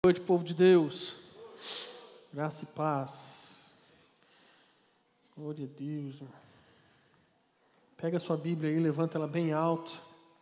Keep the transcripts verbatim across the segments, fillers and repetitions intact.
Boa noite, povo de Deus, graça e paz, glória a Deus. Pega a sua Bíblia aí, levanta ela bem alto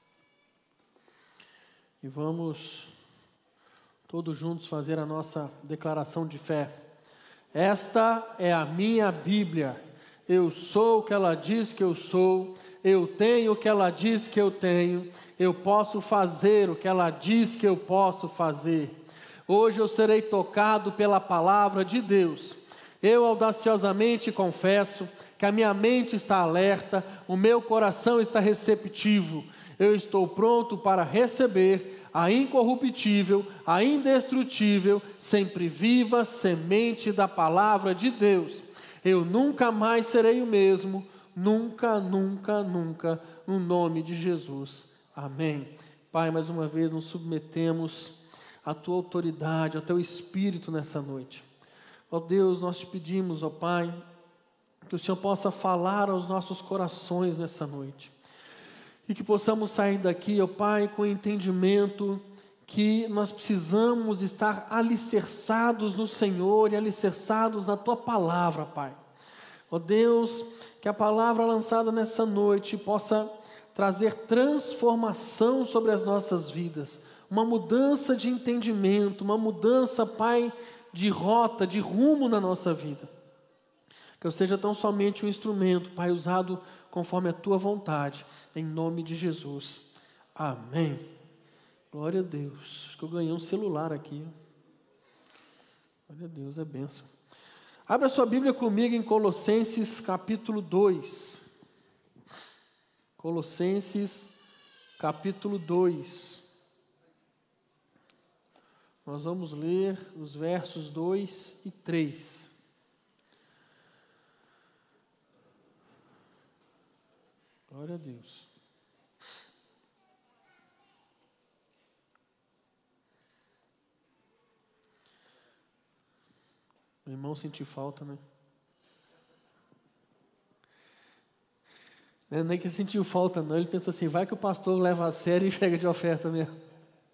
e vamos todos juntos fazer a nossa declaração de fé. Esta é a minha Bíblia, eu sou o que ela diz que eu sou, eu tenho o que ela diz que eu tenho, eu posso fazer o que ela diz que eu posso fazer. Hoje eu serei tocado pela palavra de Deus. Eu audaciosamente confesso que a minha mente está alerta, o meu coração está receptivo. Eu estou pronto para receber a incorruptível, a indestrutível, sempre viva semente da palavra de Deus. Eu nunca mais serei o mesmo, nunca, nunca, nunca, no nome de Jesus. Amém. Pai, mais uma vez nos submetemos a Tua autoridade, ao Teu Espírito nessa noite. Ó Deus, nós te pedimos, ó Pai, que o Senhor possa falar aos nossos corações nessa noite. E que possamos sair daqui, ó Pai, com o entendimento que nós precisamos estar alicerçados no Senhor e alicerçados na Tua palavra, Pai. Ó Deus, que a palavra lançada nessa noite possa trazer transformação sobre as nossas vidas, uma mudança de entendimento, uma mudança, Pai, de rota, de rumo na nossa vida. Que eu seja tão somente um instrumento, Pai, usado conforme a Tua vontade, em nome de Jesus. Amém. Glória a Deus. Acho que eu ganhei um celular aqui. Glória a Deus, é bênção. Abra sua Bíblia comigo em Colossenses capítulo dois. Colossenses capítulo dois. Nós vamos ler os versos dois e três. Glória a Deus. Meu irmão sentiu falta, né? Não é nem que sentiu falta, não. Ele pensou assim, vai que o pastor leva a sério e pega de oferta mesmo.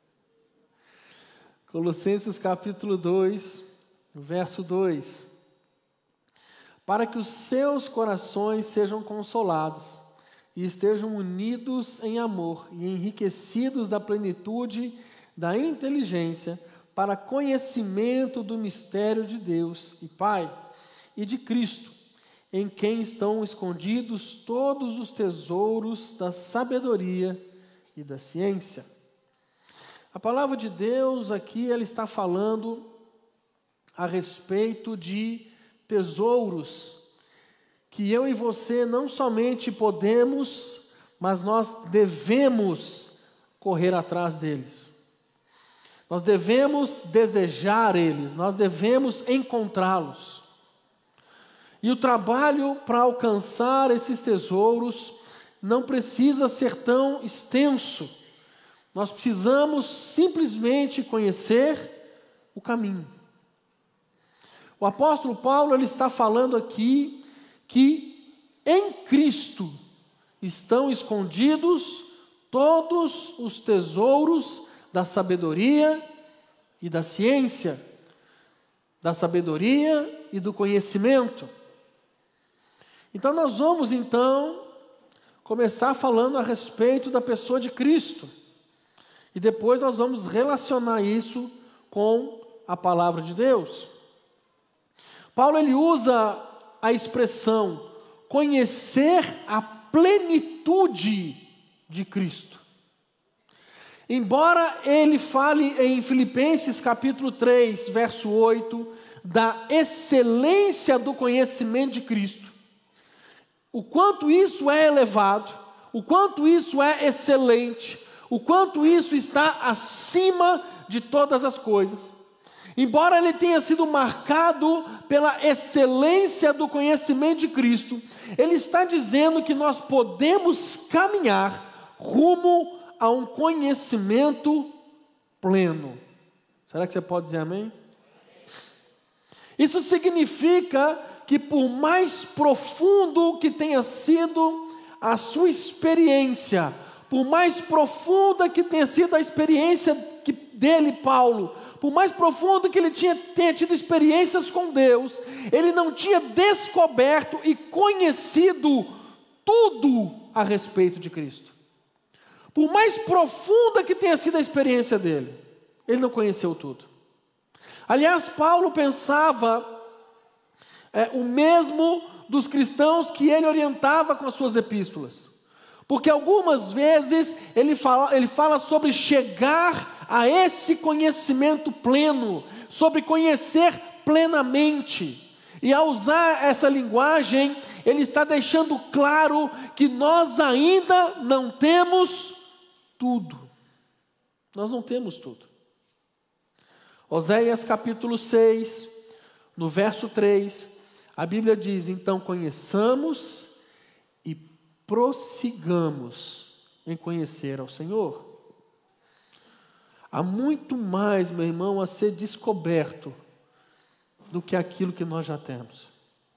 Colossenses capítulo dois, verso dois. Para que os seus corações sejam consolados e estejam unidos em amor e enriquecidos da plenitude da inteligência para conhecimento do mistério de Deus e Pai e de Cristo, em quem estão escondidos todos os tesouros da sabedoria e da ciência. A palavra de Deus aqui, ela está falando a respeito de tesouros, que eu e você não somente podemos, mas nós devemos correr atrás deles. Nós devemos desejar eles, nós devemos encontrá-los. E o trabalho para alcançar esses tesouros não precisa ser tão extenso. Nós precisamos simplesmente conhecer o caminho. O apóstolo Paulo, ele está falando aqui que em Cristo estão escondidos todos os tesouros da sabedoria e da ciência, da sabedoria e do conhecimento. Então nós vamos então começar falando a respeito da pessoa de Cristo. E depois nós vamos relacionar isso com a palavra de Deus. Paulo, ele usa a expressão conhecer a plenitude de Cristo. Embora ele fale em Filipenses capítulo três, verso oito, da excelência do conhecimento de Cristo, o quanto isso é elevado, o quanto isso é excelente, o quanto isso está acima de todas as coisas. Embora ele tenha sido marcado pela excelência do conhecimento de Cristo, ele está dizendo que nós podemos caminhar rumo a um conhecimento pleno. Será que você pode dizer amém? Isso significa que por mais profundo que tenha sido a sua experiência, por mais profunda que tenha sido a experiência que dele, Paulo, por mais profundo que ele tinha, tenha tido experiências com Deus, ele não tinha descoberto e conhecido tudo a respeito de Cristo. Por mais profunda que tenha sido a experiência dele, ele não conheceu tudo. Aliás, Paulo pensava é, o mesmo dos cristãos que ele orientava com as suas epístolas. Porque algumas vezes ele fala, ele fala sobre chegar a esse conhecimento pleno, sobre conhecer plenamente. E ao usar essa linguagem, ele está deixando claro que nós ainda não temos tudo. Nós não temos tudo. Oséias capítulo seis, no verso três, a Bíblia diz: então conheçamos e prossigamos em conhecer ao Senhor. Há muito mais, meu irmão, a ser descoberto do que aquilo que nós já temos.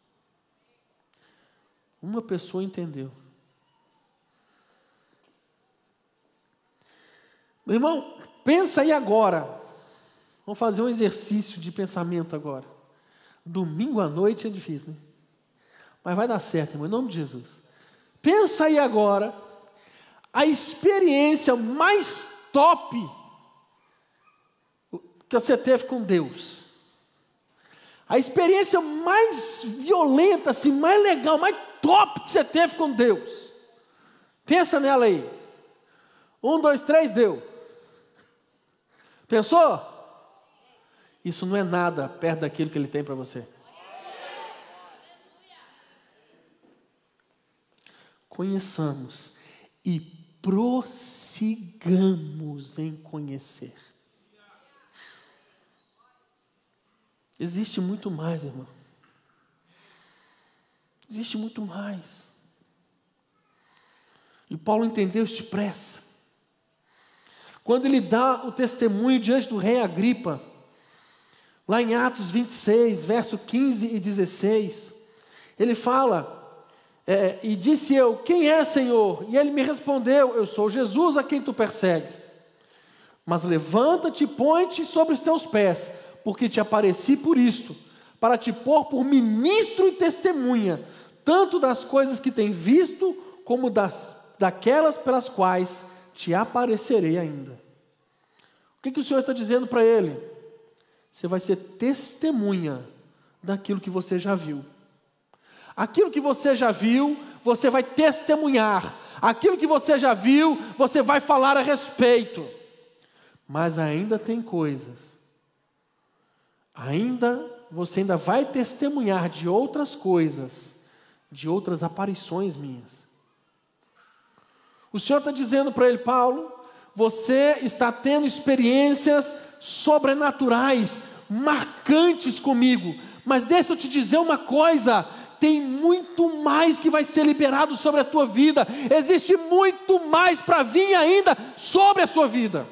Uma pessoa entendeu. Meu irmão, pensa aí agora. Vamos fazer um exercício de pensamento agora. Domingo à noite é difícil, né? Mas vai dar certo, irmão, em nome de Jesus. Pensa aí agora a experiência mais top que você teve com Deus. A experiência mais violenta, assim, mais legal, mais top que você teve com Deus. Pensa nela aí. Um, dois, três, deu. Pensou? Isso não é nada perto daquilo que Ele tem para você. Conheçamos e prossigamos em conhecer. Existe muito mais, irmão. Existe muito mais. E Paulo entendeu isso depressa. Quando ele dá o testemunho diante do rei Agripa, lá em Atos vinte e seis, verso quinze e dezesseis, ele fala, é, e disse eu: quem é, Senhor? E ele me respondeu: eu sou Jesus a quem tu persegues. Mas levanta-te e põe-te sobre os teus pés, porque te apareci por isto, para te pôr por ministro e testemunha, tanto das coisas que tem visto, como das, daquelas pelas quais te aparecerei ainda. O que, que o Senhor está dizendo para ele? Você vai ser testemunha daquilo que você já viu. Aquilo que você já viu, você vai testemunhar. Aquilo que você já viu, você vai falar a respeito. Mas ainda tem coisas. Ainda, você ainda vai testemunhar de outras coisas, de outras aparições minhas. O Senhor está dizendo para ele: Paulo, você está tendo experiências sobrenaturais, marcantes comigo, mas deixa eu te dizer uma coisa, tem muito mais que vai ser liberado sobre a tua vida, existe muito mais para vir ainda sobre a sua vida.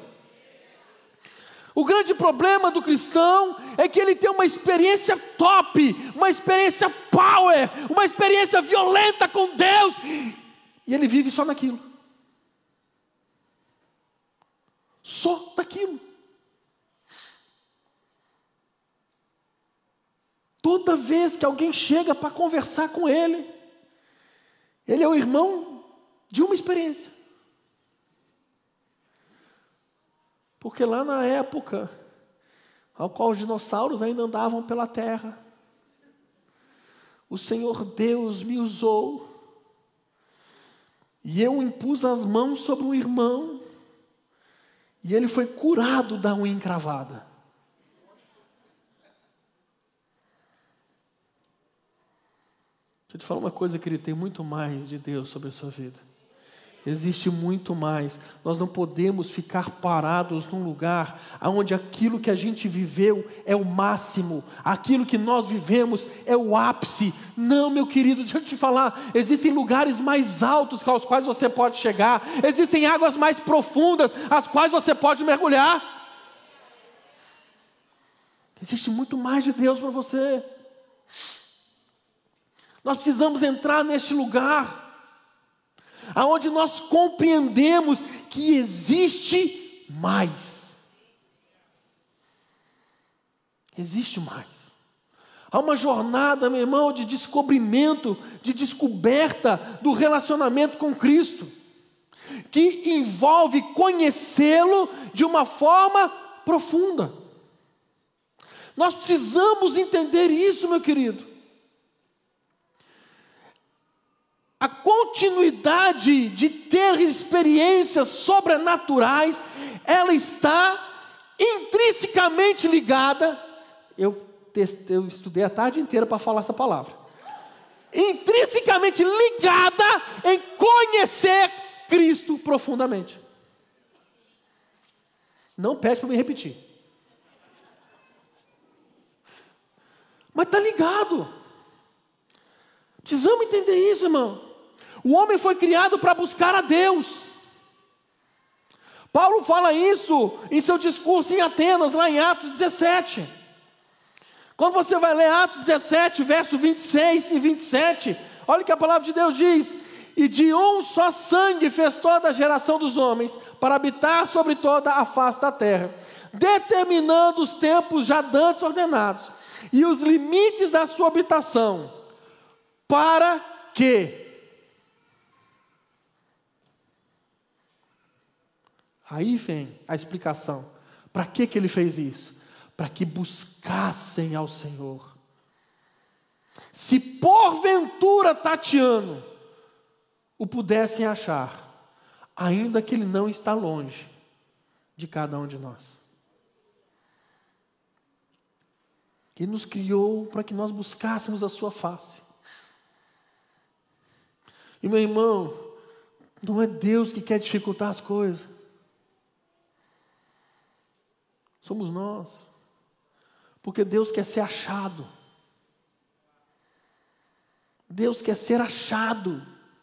O grande problema do cristão é que ele tem uma experiência top, uma experiência power, uma experiência violenta com Deus, e ele vive só naquilo. Só daquilo. Toda vez que alguém chega para conversar com ele, ele é o irmão de uma experiência. Porque lá na época, ao qual os dinossauros ainda andavam pela terra, o Senhor Deus me usou, e eu impus as mãos sobre um irmão, e ele foi curado da unha encravada. Deixa eu te falar uma coisa, querido, tem muito mais de Deus sobre a sua vida. Existe muito mais. Nós não podemos ficar parados num lugar onde aquilo que a gente viveu é o máximo, aquilo que nós vivemos é o ápice. Não, meu querido, deixa eu te falar, existem lugares mais altos aos quais você pode chegar, existem águas mais profundas às quais você pode mergulhar. Existe muito mais de Deus para você. Nós precisamos entrar neste lugar aonde nós compreendemos que existe mais. Existe mais. Há uma jornada, meu irmão, de descobrimento, de descoberta do relacionamento com Cristo, que envolve conhecê-lo de uma forma profunda. Nós precisamos entender isso, meu querido. A continuidade de ter experiências sobrenaturais, ela está intrinsecamente ligada. Eu, eu estudei a tarde inteira para falar essa palavra. Intrinsecamente ligada em conhecer Cristo profundamente. Não pede para me repetir. Mas está ligado. Precisamos entender isso, irmão. O homem foi criado para buscar a Deus. Paulo fala isso em seu discurso em Atenas, lá em Atos dezessete. Quando você vai ler Atos dezessete, verso vinte e seis e vinte e sete, olha o que a palavra de Deus diz: e de um só sangue fez toda a geração dos homens, para habitar sobre toda a face da terra, determinando os tempos já dantes ordenados, e os limites da sua habitação, para que... Aí vem a explicação. Para que que ele fez isso? Para que buscassem ao Senhor. Se porventura Tatiano o pudessem achar, ainda que ele não está longe de cada um de nós. Ele nos criou para que nós buscássemos a sua face. E meu irmão, não é Deus que quer dificultar as coisas. Somos nós. Porque Deus quer ser achado. Deus quer ser achado.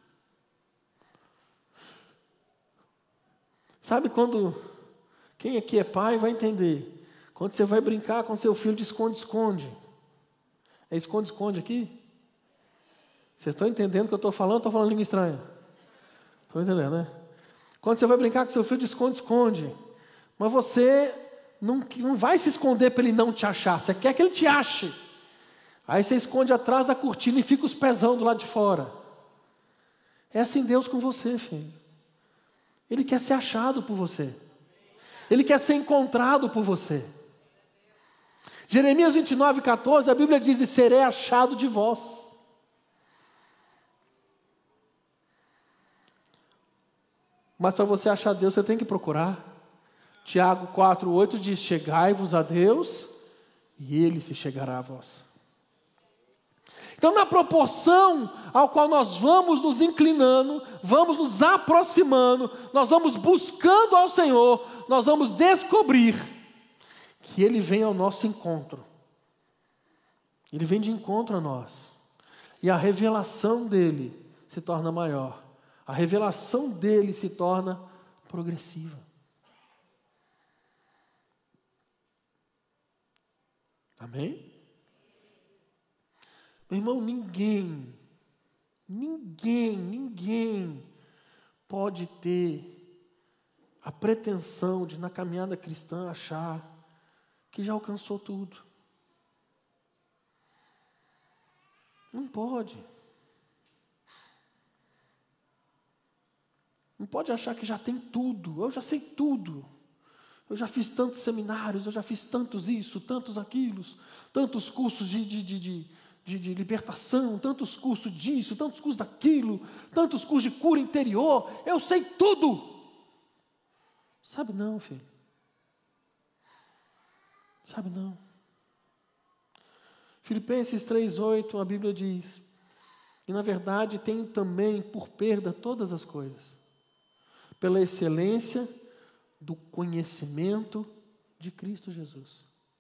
Sabe quando, quem aqui é pai vai entender, quando você vai brincar com seu filho de esconde-esconde. É esconde-esconde aqui? Vocês estão entendendo o que eu estou falando ou estou falando língua estranha? Estão entendendo, né? Quando você vai brincar com seu filho de esconde-esconde, mas você não, não vai se esconder para ele não te achar, você quer que ele te ache. Aí você esconde atrás da cortina e fica os pezão do lado de fora. É assim Deus com você, filho. Ele quer ser achado por você. Ele quer ser encontrado por você. Jeremias vinte e nove, quatorze, a Bíblia diz: e serei achado de vós. Mas para você achar Deus, você tem que procurar. Tiago quatro, oito diz: chegai-vos a Deus, e Ele se chegará a vós. Então, na proporção ao qual nós vamos nos inclinando, vamos nos aproximando, nós vamos buscando ao Senhor, nós vamos descobrir que Ele vem ao nosso encontro. Ele vem de encontro a nós. E a revelação dEle se torna maior. A revelação dEle se torna progressiva. Amém? Meu irmão, ninguém, ninguém, ninguém pode ter a pretensão de, na caminhada cristã, achar que já alcançou tudo. Não pode. Não pode achar que já tem tudo. Eu já sei tudo. Eu já fiz tantos seminários, eu já fiz tantos isso, tantos aquilos, tantos cursos de... de, de, de De, de libertação, tantos cursos disso, tantos cursos daquilo, tantos cursos de cura interior, eu sei tudo. Sabe não, filho. Sabe não. Filipenses três, oito, a Bíblia diz: e na verdade tenho também por perda todas as coisas, pela excelência do conhecimento de Cristo Jesus.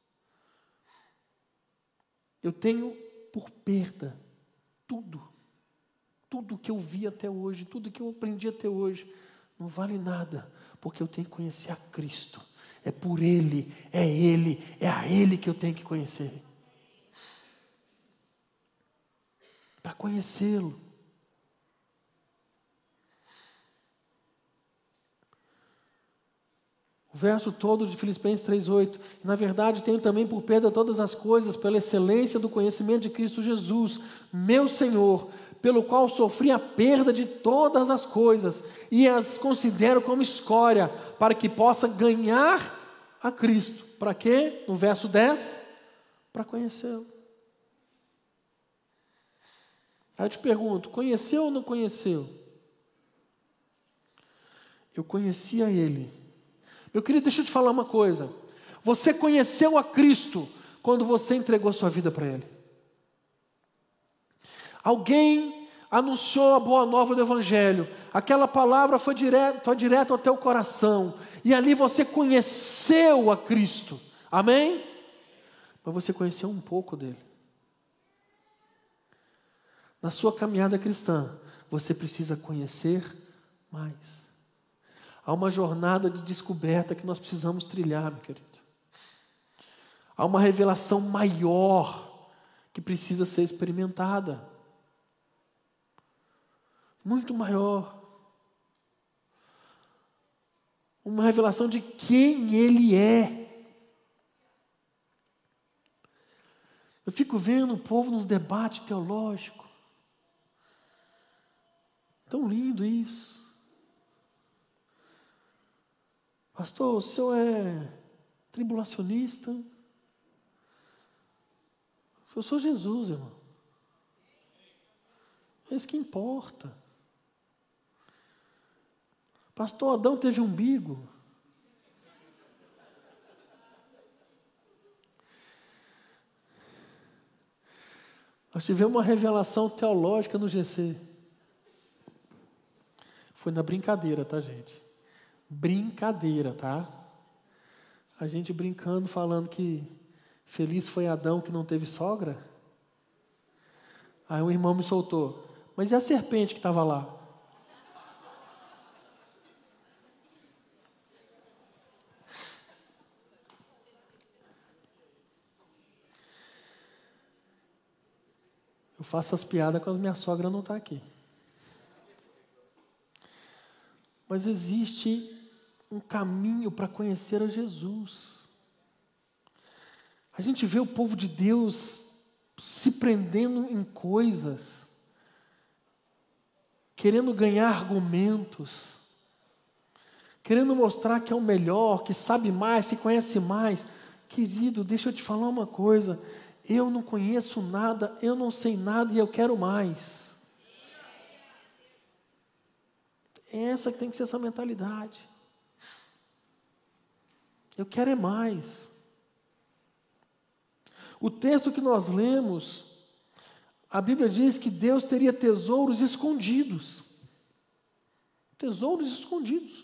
Eu tenho por perda tudo, tudo que eu vi até hoje, tudo que eu aprendi até hoje, não vale nada, porque eu tenho que conhecer a Cristo. É por Ele, é Ele, é a Ele que eu tenho que conhecer. Para conhecê-lo. O verso todo de Filipenses três, oito. Na verdade, tenho também por perda todas as coisas, pela excelência do conhecimento de Cristo Jesus, meu Senhor, pelo qual sofri a perda de todas as coisas, e as considero como escória, para que possa ganhar a Cristo. Para quê? No verso dez, para conhecê-lo. Aí eu te pergunto, conheceu ou não conheceu? Eu conhecia Ele. Meu querido, deixa eu te falar uma coisa. Você conheceu a Cristo quando você entregou sua vida para Ele. Alguém anunciou a boa nova do Evangelho. Aquela palavra foi direto, foi direto ao teu coração. E ali você conheceu a Cristo. Amém? Mas você conheceu um pouco dele. Na sua caminhada cristã, você precisa conhecer mais. Há uma jornada de descoberta que nós precisamos trilhar, meu querido. Há uma revelação maior que precisa ser experimentada. Muito maior. Uma revelação de quem Ele é. Eu fico vendo o povo nos debates teológicos. Tão lindo isso. Pastor, o senhor é tribulacionista? Eu sou Jesus, irmão. É isso que importa. Pastor, Adão teve umbigo. Nós tivemos uma revelação teológica no G C. Foi na brincadeira, tá, gente? Brincadeira, tá? A gente brincando, falando que feliz foi Adão que não teve sogra. Aí um irmão me soltou. Mas e a serpente que estava lá? Eu faço as piadas quando minha sogra não está aqui. Mas existe um caminho para conhecer a Jesus. A gente vê o povo de Deus se prendendo em coisas, querendo ganhar argumentos, querendo mostrar que é o melhor, que sabe mais, que conhece mais. Querido, deixa eu te falar uma coisa. Eu não conheço nada, eu não sei nada e eu quero mais. Essa que tem que ser essa mentalidade. Eu quero é mais. O texto que nós lemos, a Bíblia diz que Deus teria tesouros escondidos. Tesouros escondidos.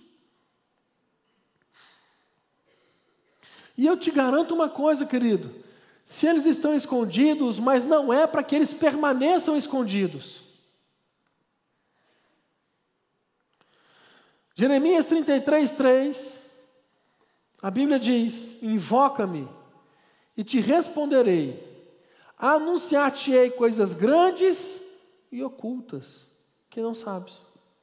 E eu te garanto uma coisa, querido. Se eles estão escondidos, mas não é para que eles permaneçam escondidos. Jeremias trinta e três, três, a Bíblia diz: invoca-me e te responderei, anunciar-te-ei coisas grandes e ocultas, que não sabes.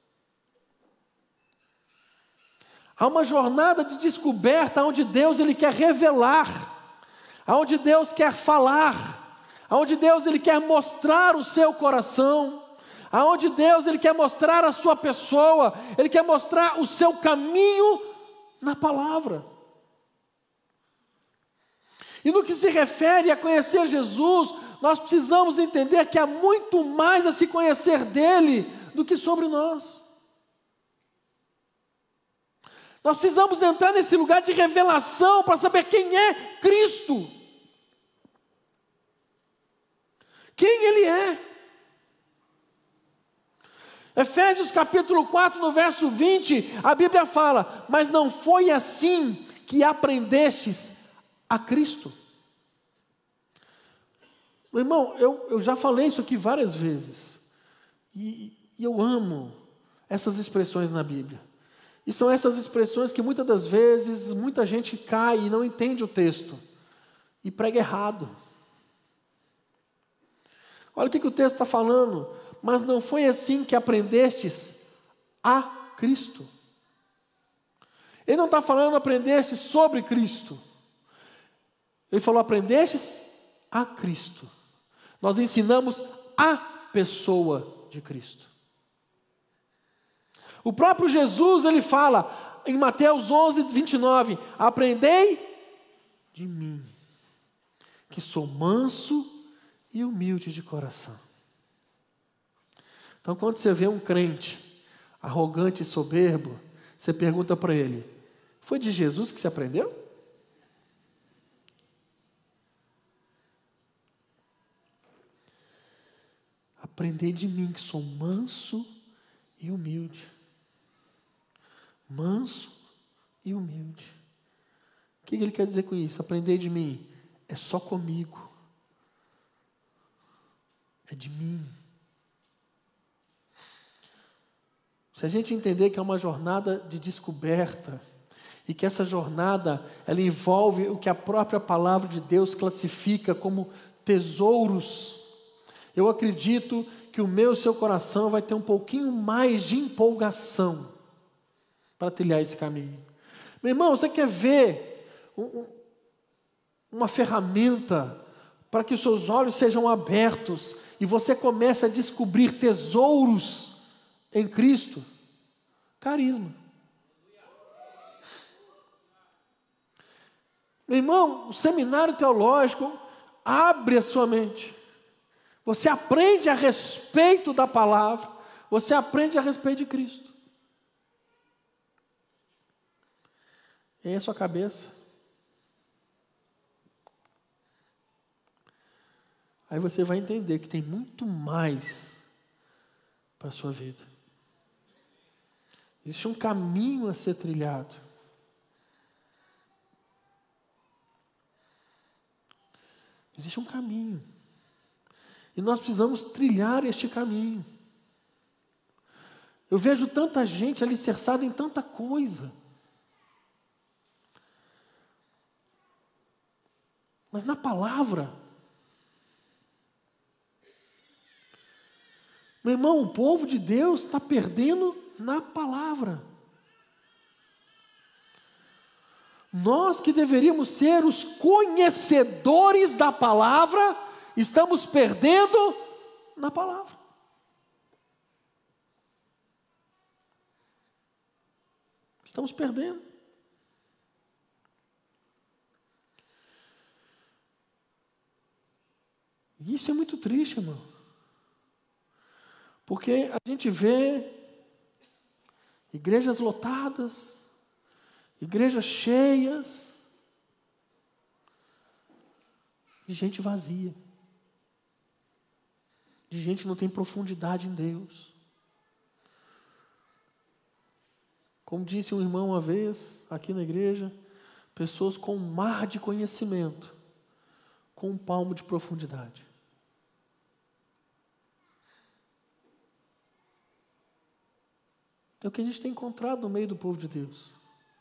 Há uma jornada de descoberta onde Deus ele quer revelar, onde Deus quer falar, onde Deus ele quer mostrar o seu coração, aonde Deus ele quer mostrar a sua pessoa, Ele quer mostrar o seu caminho na palavra. E no que se refere a conhecer Jesus, nós precisamos entender que há muito mais a se conhecer dele do que sobre nós. Nós precisamos entrar nesse lugar de revelação para saber quem é Cristo. Quem Ele é. Efésios capítulo quatro, no verso vinte, a Bíblia fala: mas não foi assim que aprendestes a Cristo. Meu irmão, eu, eu já falei isso aqui várias vezes, e, e eu amo essas expressões na Bíblia. E são essas expressões que muitas das vezes, muita gente cai e não entende o texto, e prega errado. Olha o que, que o texto está falando. Mas não foi assim que aprendestes a Cristo. Ele não está falando aprendeste sobre Cristo. Ele falou aprendestes a Cristo. Nós ensinamos a pessoa de Cristo. O próprio Jesus, ele fala em Mateus onze, vinte e nove, aprendei de mim, que sou manso e humilde de coração. Então, quando você vê um crente arrogante e soberbo, você pergunta para ele, foi de Jesus que você aprendeu? Aprendei de mim, que sou manso e humilde. Manso e humilde. O que ele quer dizer com isso? Aprendei de mim. É só comigo. É de mim. Se a gente entender que é uma jornada de descoberta, e que essa jornada, ela envolve o que a própria palavra de Deus classifica como tesouros, eu acredito que o meu e o seu coração vai ter um pouquinho mais de empolgação para trilhar esse caminho. Meu irmão, você quer ver um, uma ferramenta para que os seus olhos sejam abertos e você comece a descobrir tesouros em Cristo? Carisma. Meu irmão, o seminário teológico abre a sua mente. Você aprende a respeito da palavra, você aprende a respeito de Cristo. E aí a sua cabeça. Aí você vai entender que tem muito mais para a sua vida. Existe um caminho a ser trilhado. Existe um caminho. E nós precisamos trilhar este caminho. Eu vejo tanta gente alicerçada em tanta coisa. Mas na palavra, meu irmão, o povo de Deus está perdendo na palavra. Nós que deveríamos ser os conhecedores da palavra, estamos perdendo na palavra. Estamos perdendo. E isso é muito triste, irmão. Porque a gente vê igrejas lotadas, igrejas cheias, de gente vazia, de gente que não tem profundidade em Deus. Como disse um irmão uma vez, aqui na igreja, pessoas com um mar de conhecimento, com um palmo de profundidade. É o que a gente tem encontrado no meio do povo de Deus.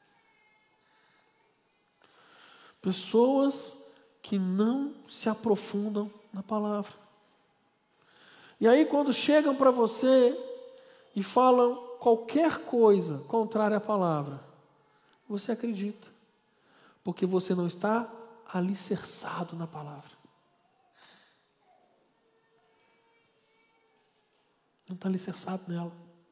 Pessoas que não se aprofundam na palavra. E aí quando chegam para você e falam qualquer coisa contrária à palavra, você acredita. Porque você não está alicerçado na palavra. Não está alicerçado nela.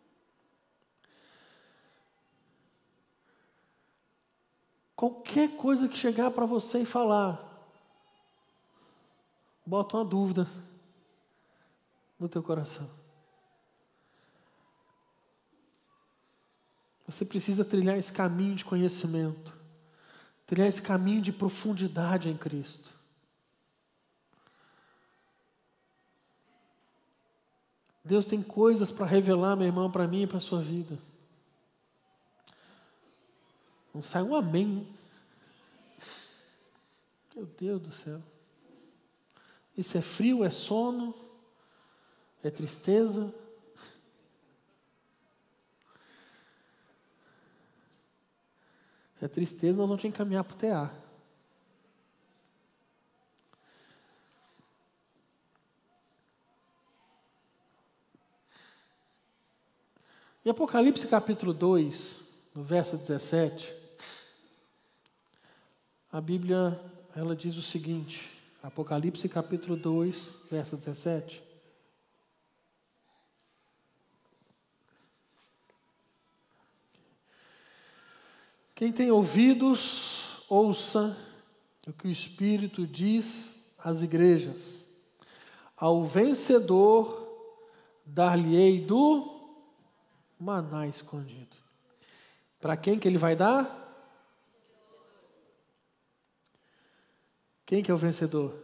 Qualquer coisa que chegar para você e falar, bota uma dúvida no teu coração. Você precisa trilhar esse caminho de conhecimento, trilhar esse caminho de profundidade em Cristo. Deus tem coisas para revelar, meu irmão, para mim e para a sua vida. Não sai um amém. Meu Deus do céu. Isso é frio, é sono, é tristeza. Se é tristeza, nós vamos te encaminhar para o T A. Em Apocalipse capítulo dois, no verso dezessete, a Bíblia, ela diz o seguinte, Apocalipse capítulo dois, verso dezessete. Quem tem ouvidos, ouça o que o Espírito diz às igrejas. Ao vencedor, dar-lhe-ei do maná escondido. Para quem que ele vai dar? Quem que é o vencedor?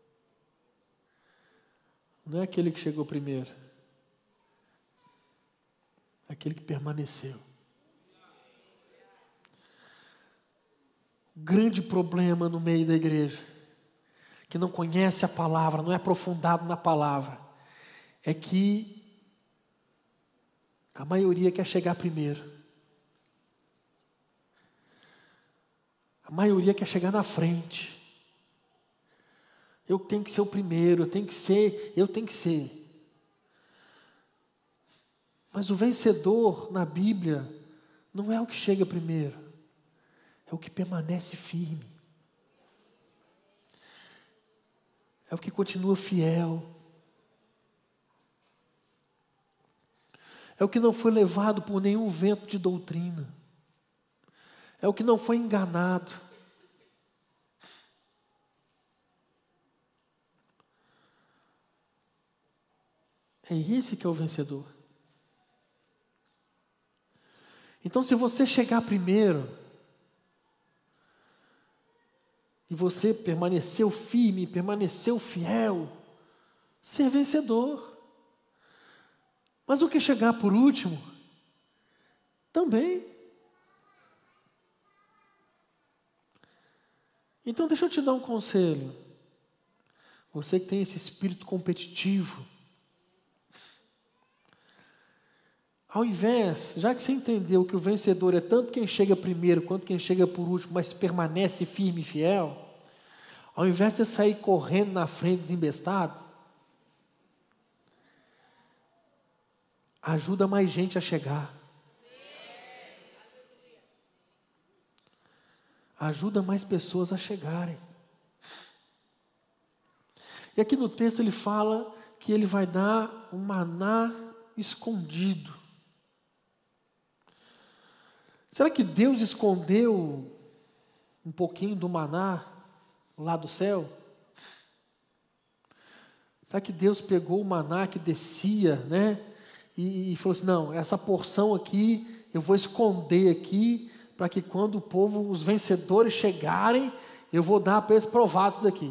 Não é aquele que chegou primeiro. É aquele que permaneceu. O grande problema no meio da igreja, que não conhece a palavra, não é aprofundado na palavra, é que a maioria quer chegar primeiro. A maioria quer chegar na frente. Eu tenho que ser o primeiro, eu tenho que ser, eu tenho que ser. Mas o vencedor na Bíblia não é o que chega primeiro, é o que permanece firme. É o que continua fiel. É o que não foi levado por nenhum vento de doutrina. É o que não foi enganado. É esse que é o vencedor. Então, se você chegar primeiro, e você permaneceu firme, permaneceu fiel, você é vencedor. Mas o que chegar por último, também. Então, deixa eu te dar um conselho. Você que tem esse espírito competitivo, ao invés, já que você entendeu que o vencedor é tanto quem chega primeiro quanto quem chega por último, mas permanece firme e fiel, ao invés de você sair correndo na frente desembestado, ajuda mais gente a chegar. Ajuda mais pessoas a chegarem. E aqui no texto ele fala que ele vai dar um maná escondido. Será que Deus escondeu um pouquinho do maná lá do céu? Será que Deus pegou o maná que descia, né? E, e falou assim, não, essa porção aqui eu vou esconder aqui, para que quando o povo, os vencedores chegarem, eu vou dar para eles provar isso daqui.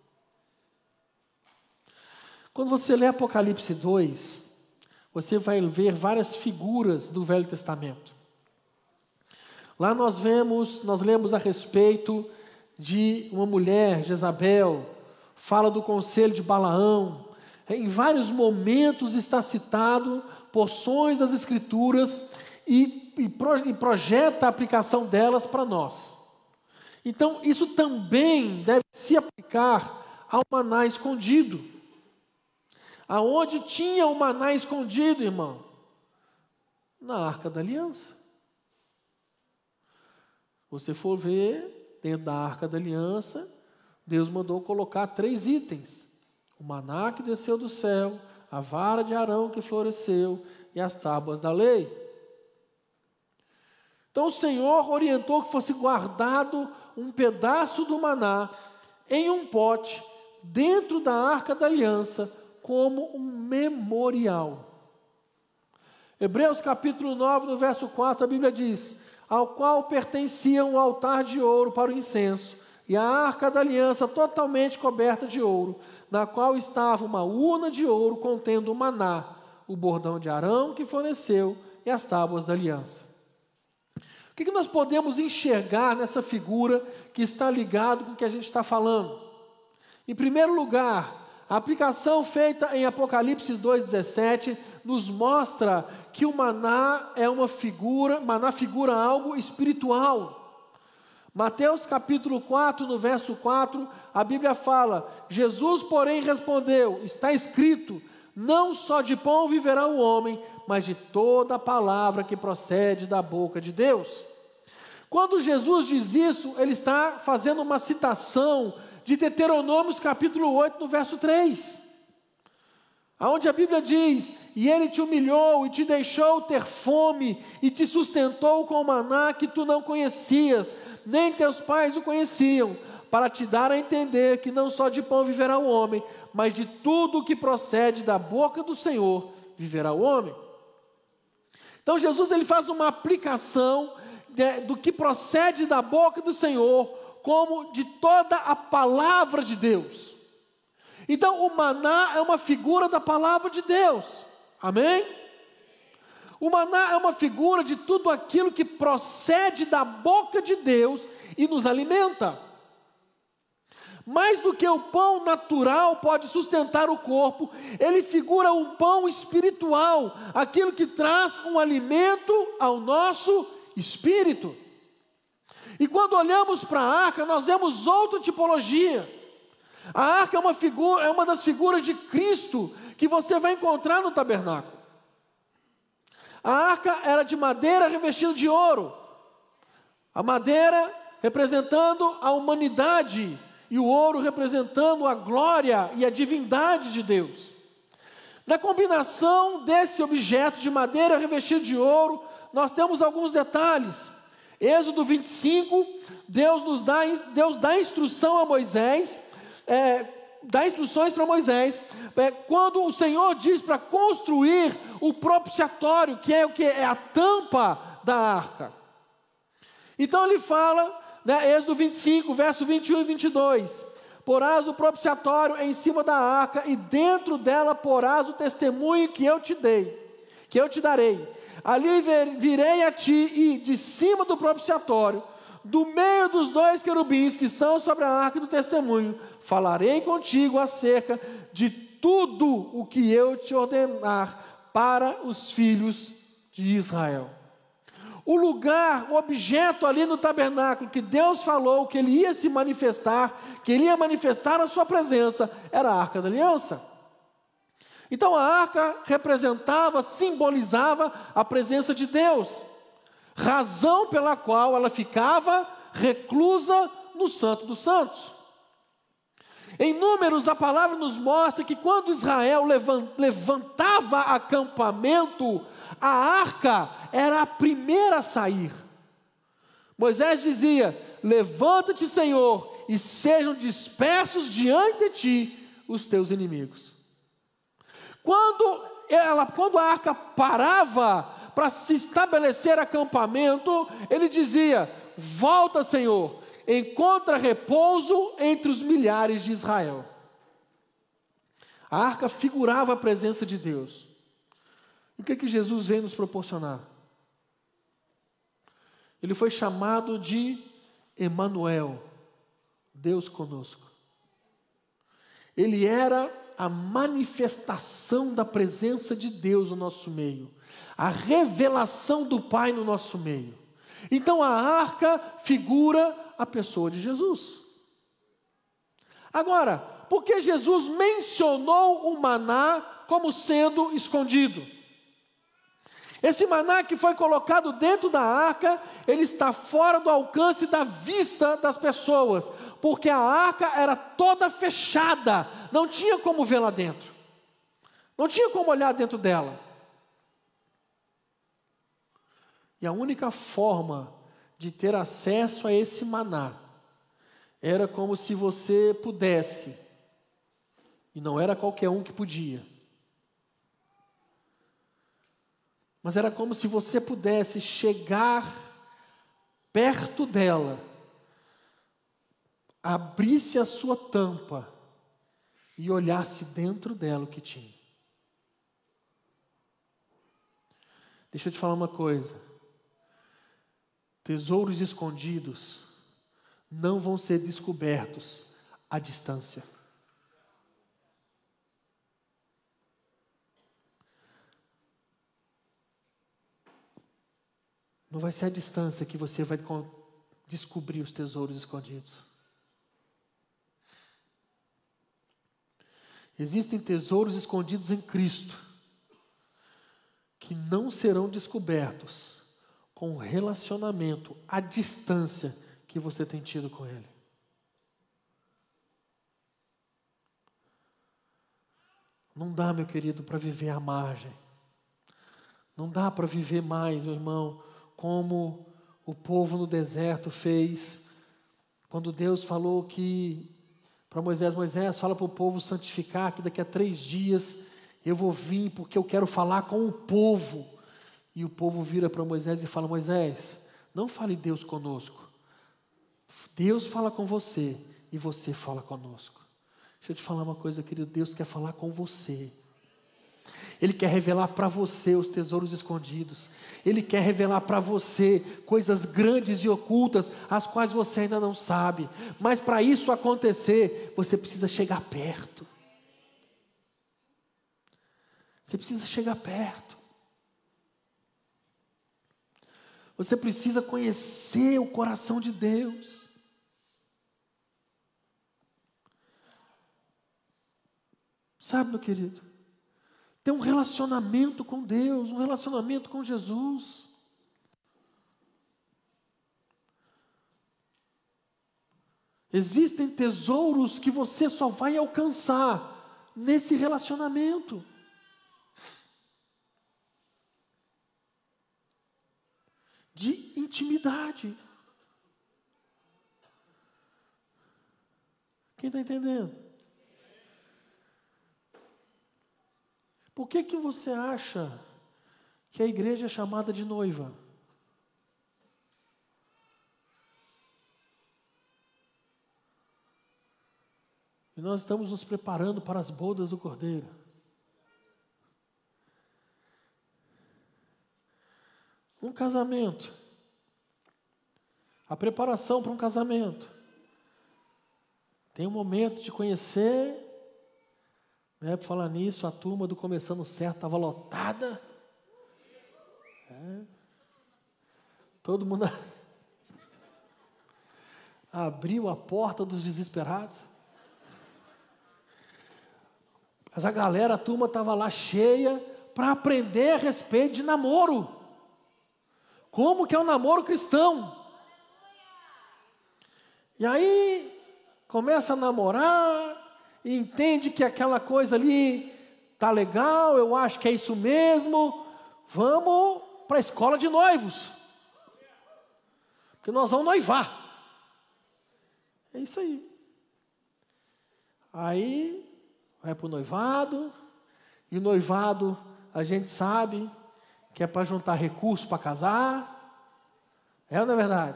Quando você lê Apocalipse dois, você vai ver várias figuras do Velho Testamento. Lá nós vemos, nós lemos a respeito de uma mulher, Jezabel, fala do conselho de Balaão. Em vários momentos está citado porções das Escrituras e, e, pro, e projeta a aplicação delas para nós. Então, isso também deve se aplicar ao maná escondido. Aonde tinha o maná escondido, irmão? Na Arca da Aliança. Você for ver, dentro da Arca da Aliança, Deus mandou colocar três itens. O maná que desceu do céu, a vara de Arão que floresceu e as tábuas da lei. Então o Senhor orientou que fosse guardado um pedaço do maná em um pote, dentro da Arca da Aliança, como um memorial. Hebreus capítulo nove, no verso quatro, a Bíblia diz, ao qual pertencia um altar de ouro para o incenso, e a Arca da Aliança totalmente coberta de ouro, na qual estava uma urna de ouro contendo o maná, o bordão de Arão que forneceu e as tábuas da aliança. O que, que nós podemos enxergar nessa figura que está ligado com o que a gente está falando? Em primeiro lugar, a aplicação feita em Apocalipse dois, dezessete nos mostra que o maná é uma figura, maná figura algo espiritual. Mateus capítulo quatro, no verso quatro, a Bíblia fala, Jesus, porém, respondeu, está escrito, não só de pão viverá o homem, mas de toda a palavra que procede da boca de Deus. Quando Jesus diz isso, ele está fazendo uma citação de Deuteronômio capítulo oito, no verso três. Onde a Bíblia diz: e ele te humilhou e te deixou ter fome e te sustentou com o maná que tu não conhecias, nem teus pais o conheciam, para te dar a entender que não só de pão viverá o homem, mas de tudo o que procede da boca do Senhor viverá o homem. Então Jesus ele faz uma aplicação de, do que procede da boca do Senhor, como de toda a palavra de Deus. Então o maná é uma figura da palavra de Deus, amém? O maná é uma figura de tudo aquilo que procede da boca de Deus e nos alimenta. Mais do que o pão natural pode sustentar o corpo, ele figura um pão espiritual, aquilo que traz um alimento ao nosso espírito. E quando olhamos para a arca, nós vemos outra tipologia. A arca é uma figura, é uma das figuras de Cristo que você vai encontrar no tabernáculo. A arca era de madeira revestida de ouro. A madeira representando a humanidade e o ouro representando a glória e a divindade de Deus. Na combinação desse objeto de madeira revestido de ouro, nós temos alguns detalhes. Êxodo vinte e cinco, Deus nos dá, Deus dá instrução a Moisés, é, dá instruções para Moisés, é, quando o Senhor diz para construir o propiciatório, que é o que é a tampa da arca. Então ele fala, né, Êxodo vinte e cinco, verso vinte e um e vinte e dois: porás o propiciatório em cima da arca, e dentro dela porás o testemunho que eu te dei, que eu te darei. Ali virei a ti, e de cima do propiciatório, do meio dos dois querubins que são sobre a arca do testemunho, falarei contigo acerca de tudo o que eu te ordenar para os filhos de Israel. O lugar, o objeto ali no tabernáculo que Deus falou que ele ia se manifestar, que ele ia manifestar a sua presença, era a arca da aliança. Então a arca representava, simbolizava a presença de Deus, razão pela qual ela ficava reclusa no Santo dos Santos. Em Números, a palavra nos mostra que quando Israel levantava acampamento, a arca era a primeira a sair. Moisés dizia: levanta-te, Senhor, e sejam dispersos diante de ti os teus inimigos. Quando, ela, quando a arca parava para se estabelecer acampamento, ele dizia: volta, Senhor, encontra repouso entre os milhares de Israel. A arca figurava a presença de Deus. O que, que Jesus veio nos proporcionar? Ele foi chamado de Emanuel, Deus conosco. Ele era a manifestação da presença de Deus no nosso meio, a revelação do Pai no nosso meio. Então a arca figura a pessoa de Jesus. Agora, por que Jesus mencionou o maná como sendo escondido? Esse maná que foi colocado dentro da arca, ele está fora do alcance da vista das pessoas, porque a arca era toda fechada, não tinha como ver lá dentro, não tinha como olhar dentro dela. E a única forma de ter acesso a esse maná era como se você pudesse, e não era qualquer um que podia, mas era como se você pudesse chegar perto dela, abrisse a sua tampa e olhasse dentro dela o que tinha. Deixa eu te falar uma coisa: tesouros escondidos não vão ser descobertos à distância. Não vai ser à distância que você vai descobrir os tesouros escondidos. Existem tesouros escondidos em Cristo, que não serão descobertos com o relacionamento, a distância que você tem tido com Ele. Não dá, meu querido, para viver à margem. Não dá para viver mais, meu irmão, como o povo no deserto fez, quando Deus falou que, para Moisés, Moisés, fala para o povo santificar, que daqui a três dias eu vou vir, porque eu quero falar com o povo. E o povo vira para Moisés e fala, Moisés, não fale Deus conosco. Deus fala com você e você fala conosco. Deixa eu te falar uma coisa, querido, Deus quer falar com você. Ele quer revelar para você os tesouros escondidos. Ele quer revelar para você coisas grandes e ocultas, as quais você ainda não sabe. Mas para isso acontecer, você precisa chegar perto. Você precisa chegar perto. Você precisa conhecer o coração de Deus. Sabe, meu querido? Ter um relacionamento com Deus, um relacionamento com Jesus. Existem tesouros que você só vai alcançar nesse relacionamento. De intimidade. Quem está entendendo? Por que que você acha que a igreja é chamada de noiva? E nós estamos nos preparando para as bodas do Cordeiro. Um casamento. A preparação para um casamento. Tem um momento de conhecer. Né, para falar nisso, a turma do Começando Certo estava lotada. É. Todo mundo abriu a porta dos desesperados. Mas a galera, a turma estava lá cheia para aprender a respeito de namoro. Como que é o namoro cristão? E aí, começa a namorar, e entende que aquela coisa ali tá legal, eu acho que é isso mesmo, vamos para a escola de noivos, porque nós vamos noivar. É isso aí. Aí vai para o noivado, e o noivado a gente sabe que é para juntar recursos para casar. É ou não é verdade?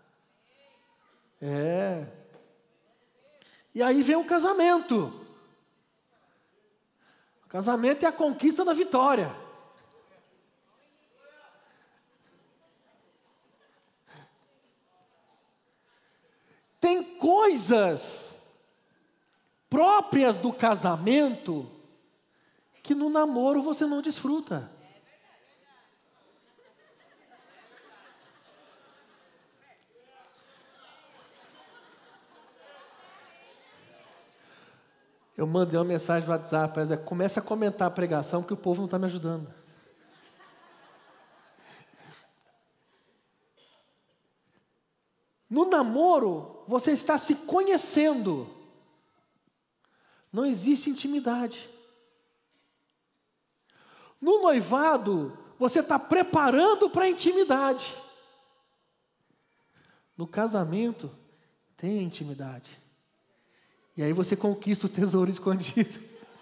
É. E aí vem o casamento. O casamento é a conquista da vitória. Tem coisas próprias do casamento que no namoro você não desfruta. Eu mandei uma mensagem no WhatsApp, mas é, começa a comentar a pregação, porque o povo não está me ajudando. No namoro, você está se conhecendo. Não existe intimidade. No noivado, você está preparando para a intimidade. No casamento, tem a intimidade. E aí você conquista o tesouro escondido.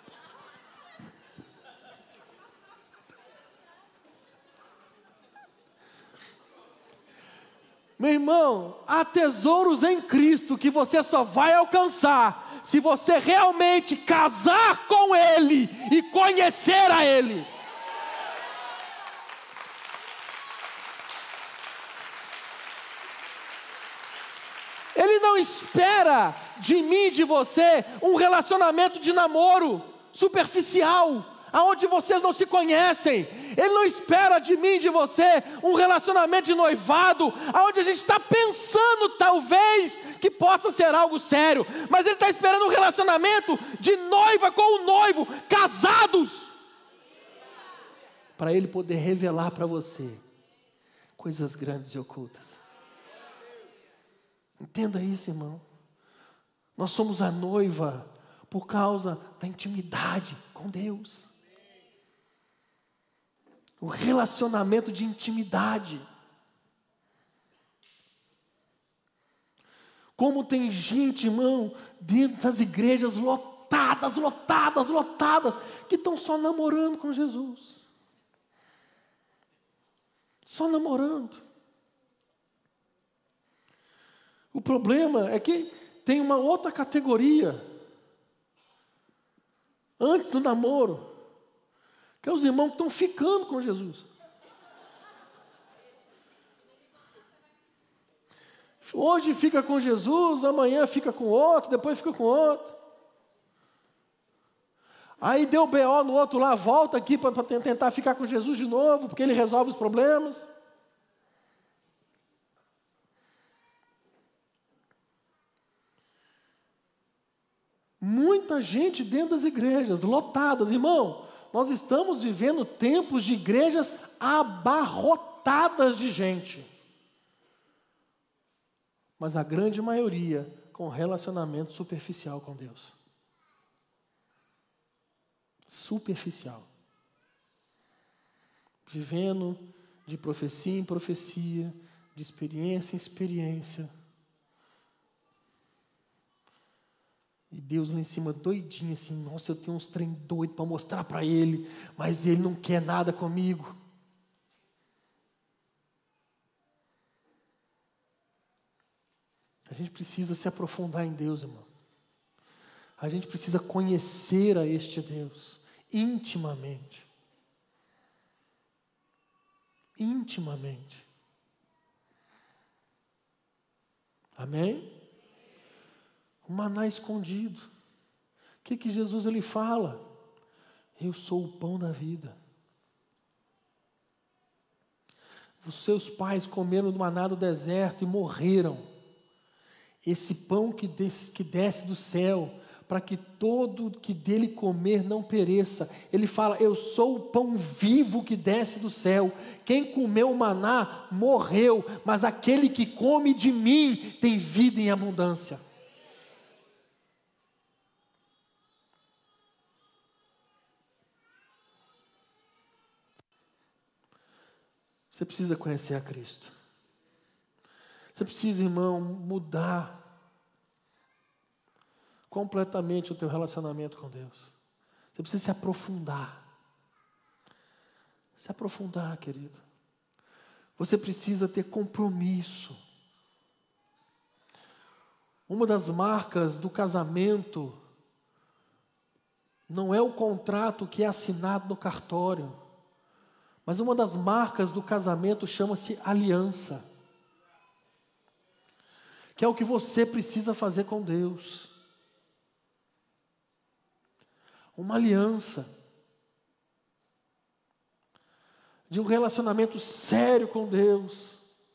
Meu irmão, há tesouros em Cristo que você só vai alcançar se você realmente casar com Ele e conhecer a Ele. Ele não espera de mim e de você um relacionamento de namoro superficial, aonde vocês não se conhecem. Ele não espera de mim e de você um relacionamento de noivado, aonde a gente está pensando talvez que possa ser algo sério, mas Ele está esperando um relacionamento de noiva com o noivo, casados, para Ele poder revelar para você coisas grandes e ocultas. Entenda isso, irmão. Nós somos a noiva por causa da intimidade com Deus. O relacionamento de intimidade. Como tem gente, irmão, dentro das igrejas lotadas, lotadas, lotadas, que estão só namorando com Jesus. Só namorando. O problema é que tem uma outra categoria, antes do namoro, que é os irmãos que estão ficando com Jesus. Hoje fica com Jesus, amanhã fica com outro, depois fica com outro. Aí deu B O no outro lá, volta aqui para tentar ficar com Jesus de novo, porque ele resolve os problemas. Muita gente dentro das igrejas, lotadas. Irmão, nós estamos vivendo tempos de igrejas abarrotadas de gente. Mas a grande maioria com relacionamento superficial com Deus. Superficial. Vivendo de profecia em profecia, de experiência em experiência. E Deus lá em cima doidinho assim, nossa, eu tenho uns trem doido para mostrar para Ele, mas Ele não quer nada comigo. A gente precisa se aprofundar em Deus, irmão. A gente precisa conhecer a este Deus intimamente. Intimamente. Amém? O maná escondido. O que que Jesus ele fala? Eu sou o pão da vida. Os seus pais comeram do maná do deserto e morreram. Esse pão que desce, que desce do céu, para que todo que dele comer não pereça. Ele fala, eu sou o pão vivo que desce do céu. Quem comeu o maná morreu, mas aquele que come de mim tem vida em abundância. Você precisa conhecer a Cristo. Você precisa, irmão, mudar completamente o teu relacionamento com Deus. Você precisa se aprofundar. Se aprofundar, querido. Você precisa ter compromisso. Uma das marcas do casamento não é o contrato que é assinado no cartório, mas uma das marcas do casamento chama-se aliança. Que é o que você precisa fazer com Deus. Uma aliança. De um relacionamento sério com Deus.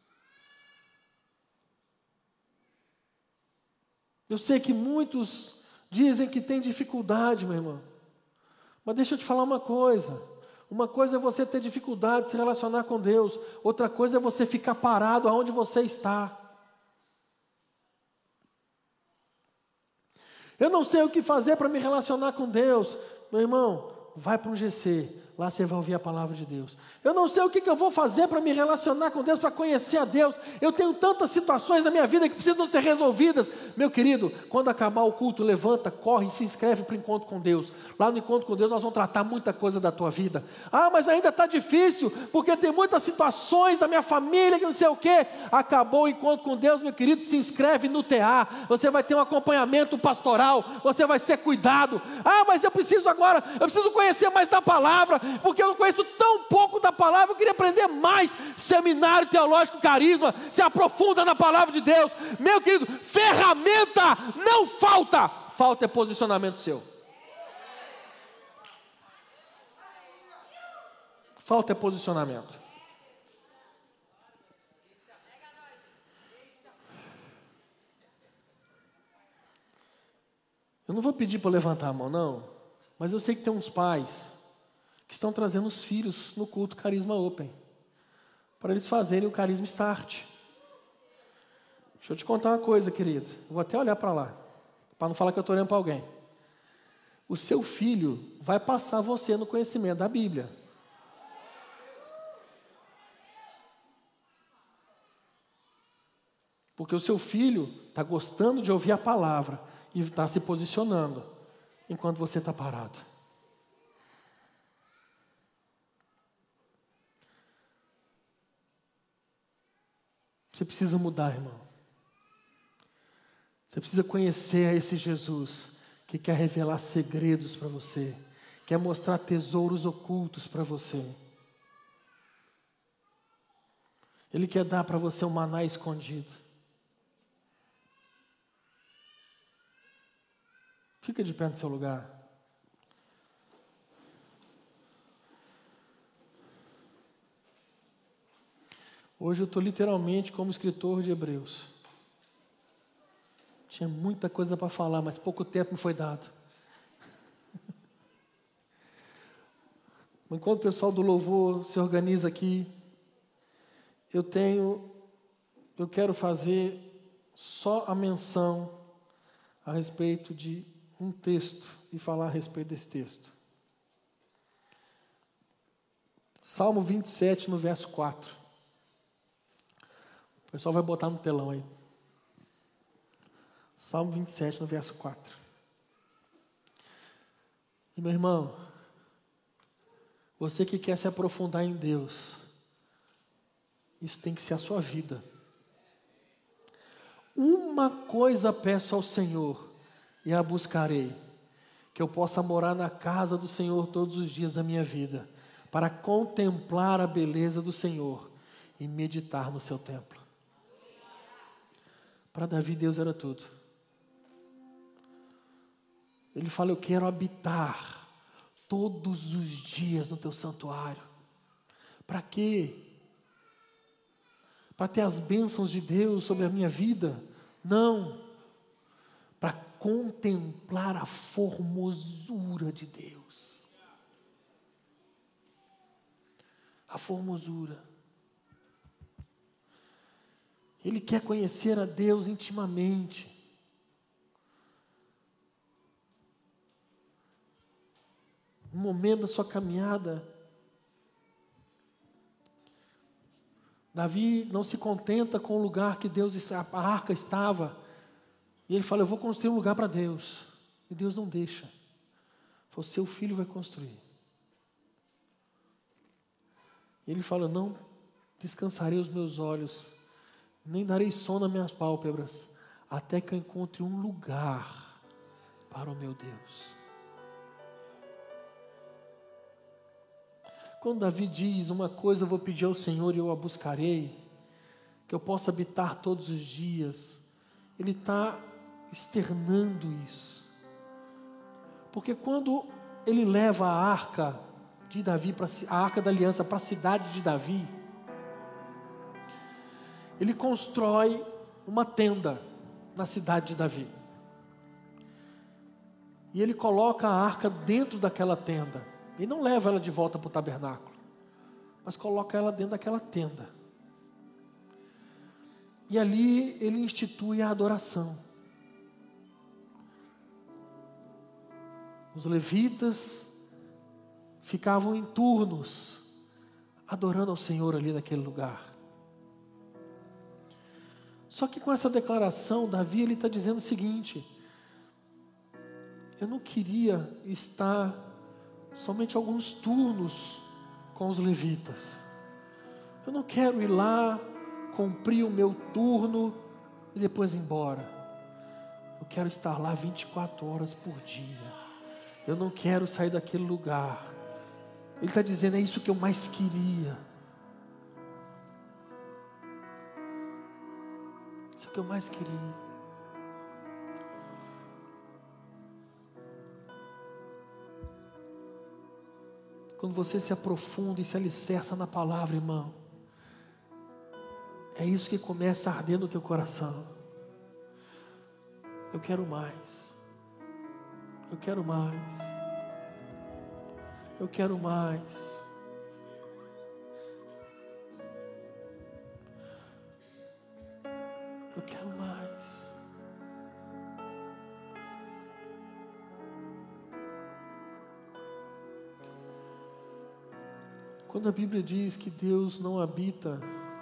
Eu sei que muitos dizem que têm dificuldade, meu irmão. Mas deixa eu te falar uma coisa. Uma coisa é você ter dificuldade de se relacionar com Deus. Outra coisa é você ficar parado aonde você está. Eu não sei o que fazer para me relacionar com Deus. Meu irmão, vai para um G C. Lá você vai ouvir a palavra de Deus. Eu não sei o que, que eu vou fazer para me relacionar com Deus, para conhecer a Deus. Eu tenho tantas situações na minha vida que precisam ser resolvidas. Meu querido, quando acabar o culto, levanta, corre e se inscreve para o encontro com Deus. Lá no encontro com Deus nós vamos tratar muita coisa da tua vida. Ah, mas ainda está difícil, porque tem muitas situações da minha família que não sei o quê. Acabou o encontro com Deus, meu querido, se inscreve no T A. Você vai ter um acompanhamento pastoral, você vai ser cuidado. Ah, mas eu preciso agora, eu preciso conhecer mais da palavra, porque eu conheço tão pouco da palavra, eu queria aprender mais. Seminário Teológico Carisma, se aprofunda na palavra de Deus. Meu querido, ferramenta não falta, falta é posicionamento seu. Falta é posicionamento. Eu não vou pedir para levantar a mão, não, mas eu sei que tem uns pais que estão trazendo os filhos no culto Carisma Open, para eles fazerem o Carisma Start. Deixa eu te contar uma coisa, querido. Vou até olhar para lá, para não falar que eu estou olhando para alguém. O seu filho vai passar você no conhecimento da Bíblia. Porque o seu filho está gostando de ouvir a palavra e está se posicionando, enquanto você está parado. Você precisa mudar, irmão. Você precisa conhecer esse Jesus que quer revelar segredos para você, quer mostrar tesouros ocultos para você. Ele quer dar para você um maná escondido. Fica de pé no seu lugar. Hoje eu estou literalmente como escritor de Hebreus. Tinha muita coisa para falar, mas pouco tempo me foi dado. Enquanto o pessoal do louvor se organiza aqui, eu tenho, eu quero fazer só a menção a respeito de um texto e falar a respeito desse texto. Salmo vinte e sete, no verso quatro. O pessoal vai botar no telão aí. Salmo vinte e sete, no verso quatro. E meu irmão, você que quer se aprofundar em Deus, isso tem que ser a sua vida. Uma coisa peço ao Senhor, e a buscarei, que eu possa morar na casa do Senhor todos os dias da minha vida, para contemplar a beleza do Senhor e meditar no seu templo. Para Davi, Deus era tudo. Ele fala, eu quero habitar todos os dias no teu santuário. Para quê? Para ter as bênçãos de Deus sobre a minha vida? Não. Para contemplar a formosura de Deus. A formosura. Ele quer conhecer a Deus intimamente. No momento da sua caminhada, Davi não se contenta com o lugar que Deus, a arca estava. E ele fala, eu vou construir um lugar para Deus. E Deus não deixa. O seu filho vai construir. E ele fala, não descansarei os meus olhos, nem darei sono às minhas pálpebras, até que eu encontre um lugar para o meu Deus. Quando Davi diz, uma coisa eu vou pedir ao Senhor e eu a buscarei, que eu possa habitar todos os dias, ele está externando isso. Porque quando ele leva a arca de Davi, pra, a arca da aliança para a cidade de Davi, ele constrói uma tenda na cidade de Davi. E ele coloca a arca dentro daquela tenda. E não leva ela de volta para o tabernáculo, mas coloca ela dentro daquela tenda. E ali ele institui a adoração. Os levitas ficavam em turnos, adorando ao Senhor ali naquele lugar. Só que com essa declaração, Davi ele está dizendo o seguinte, eu não queria estar somente alguns turnos com os levitas. Eu não quero ir lá, cumprir o meu turno e depois ir embora. Eu quero estar lá vinte e quatro horas por dia. Eu não quero sair daquele lugar. Ele está dizendo, é isso que eu mais queria. Isso que eu mais queria. Quando você se aprofunda e se alicerça na palavra, irmão, é isso que começa a arder no teu coração. Eu quero mais. Eu quero mais. Eu quero mais. quero mais. Quando a Bíblia diz que Deus não habita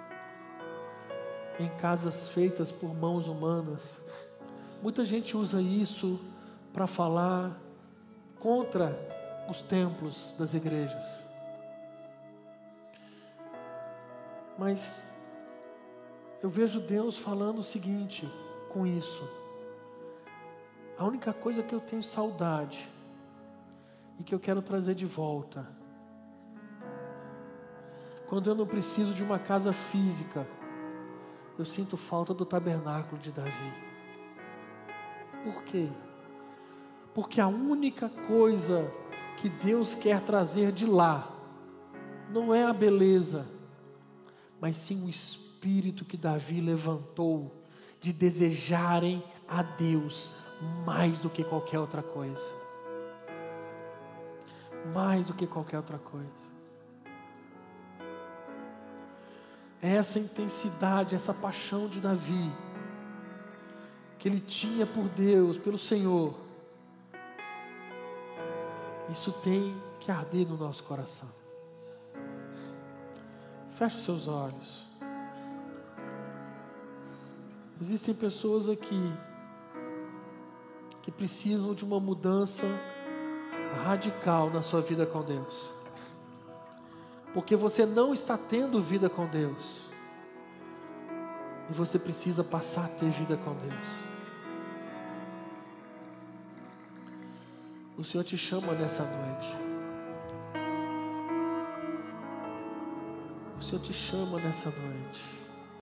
em casas feitas por mãos humanas, muita gente usa isso para falar contra os templos das igrejas. Mas eu vejo Deus falando o seguinte com isso: a única coisa que eu tenho saudade e que eu quero trazer de volta, quando eu não preciso de uma casa física, eu sinto falta do tabernáculo de Davi. Por quê? Porque a única coisa que Deus quer trazer de lá não é a beleza, mas sim o espírito que Davi levantou de desejarem a Deus mais do que qualquer outra coisa. Mais do que qualquer outra coisa. Essa intensidade, essa paixão de Davi, que ele tinha por Deus, pelo Senhor, isso tem que arder no nosso coração. Feche os seus olhos. Existem pessoas aqui que precisam de uma mudança radical na sua vida com Deus. Porque você não está tendo vida com Deus. E você precisa passar a ter vida com Deus. O Senhor te chama nessa noite. O Senhor te chama nessa noite.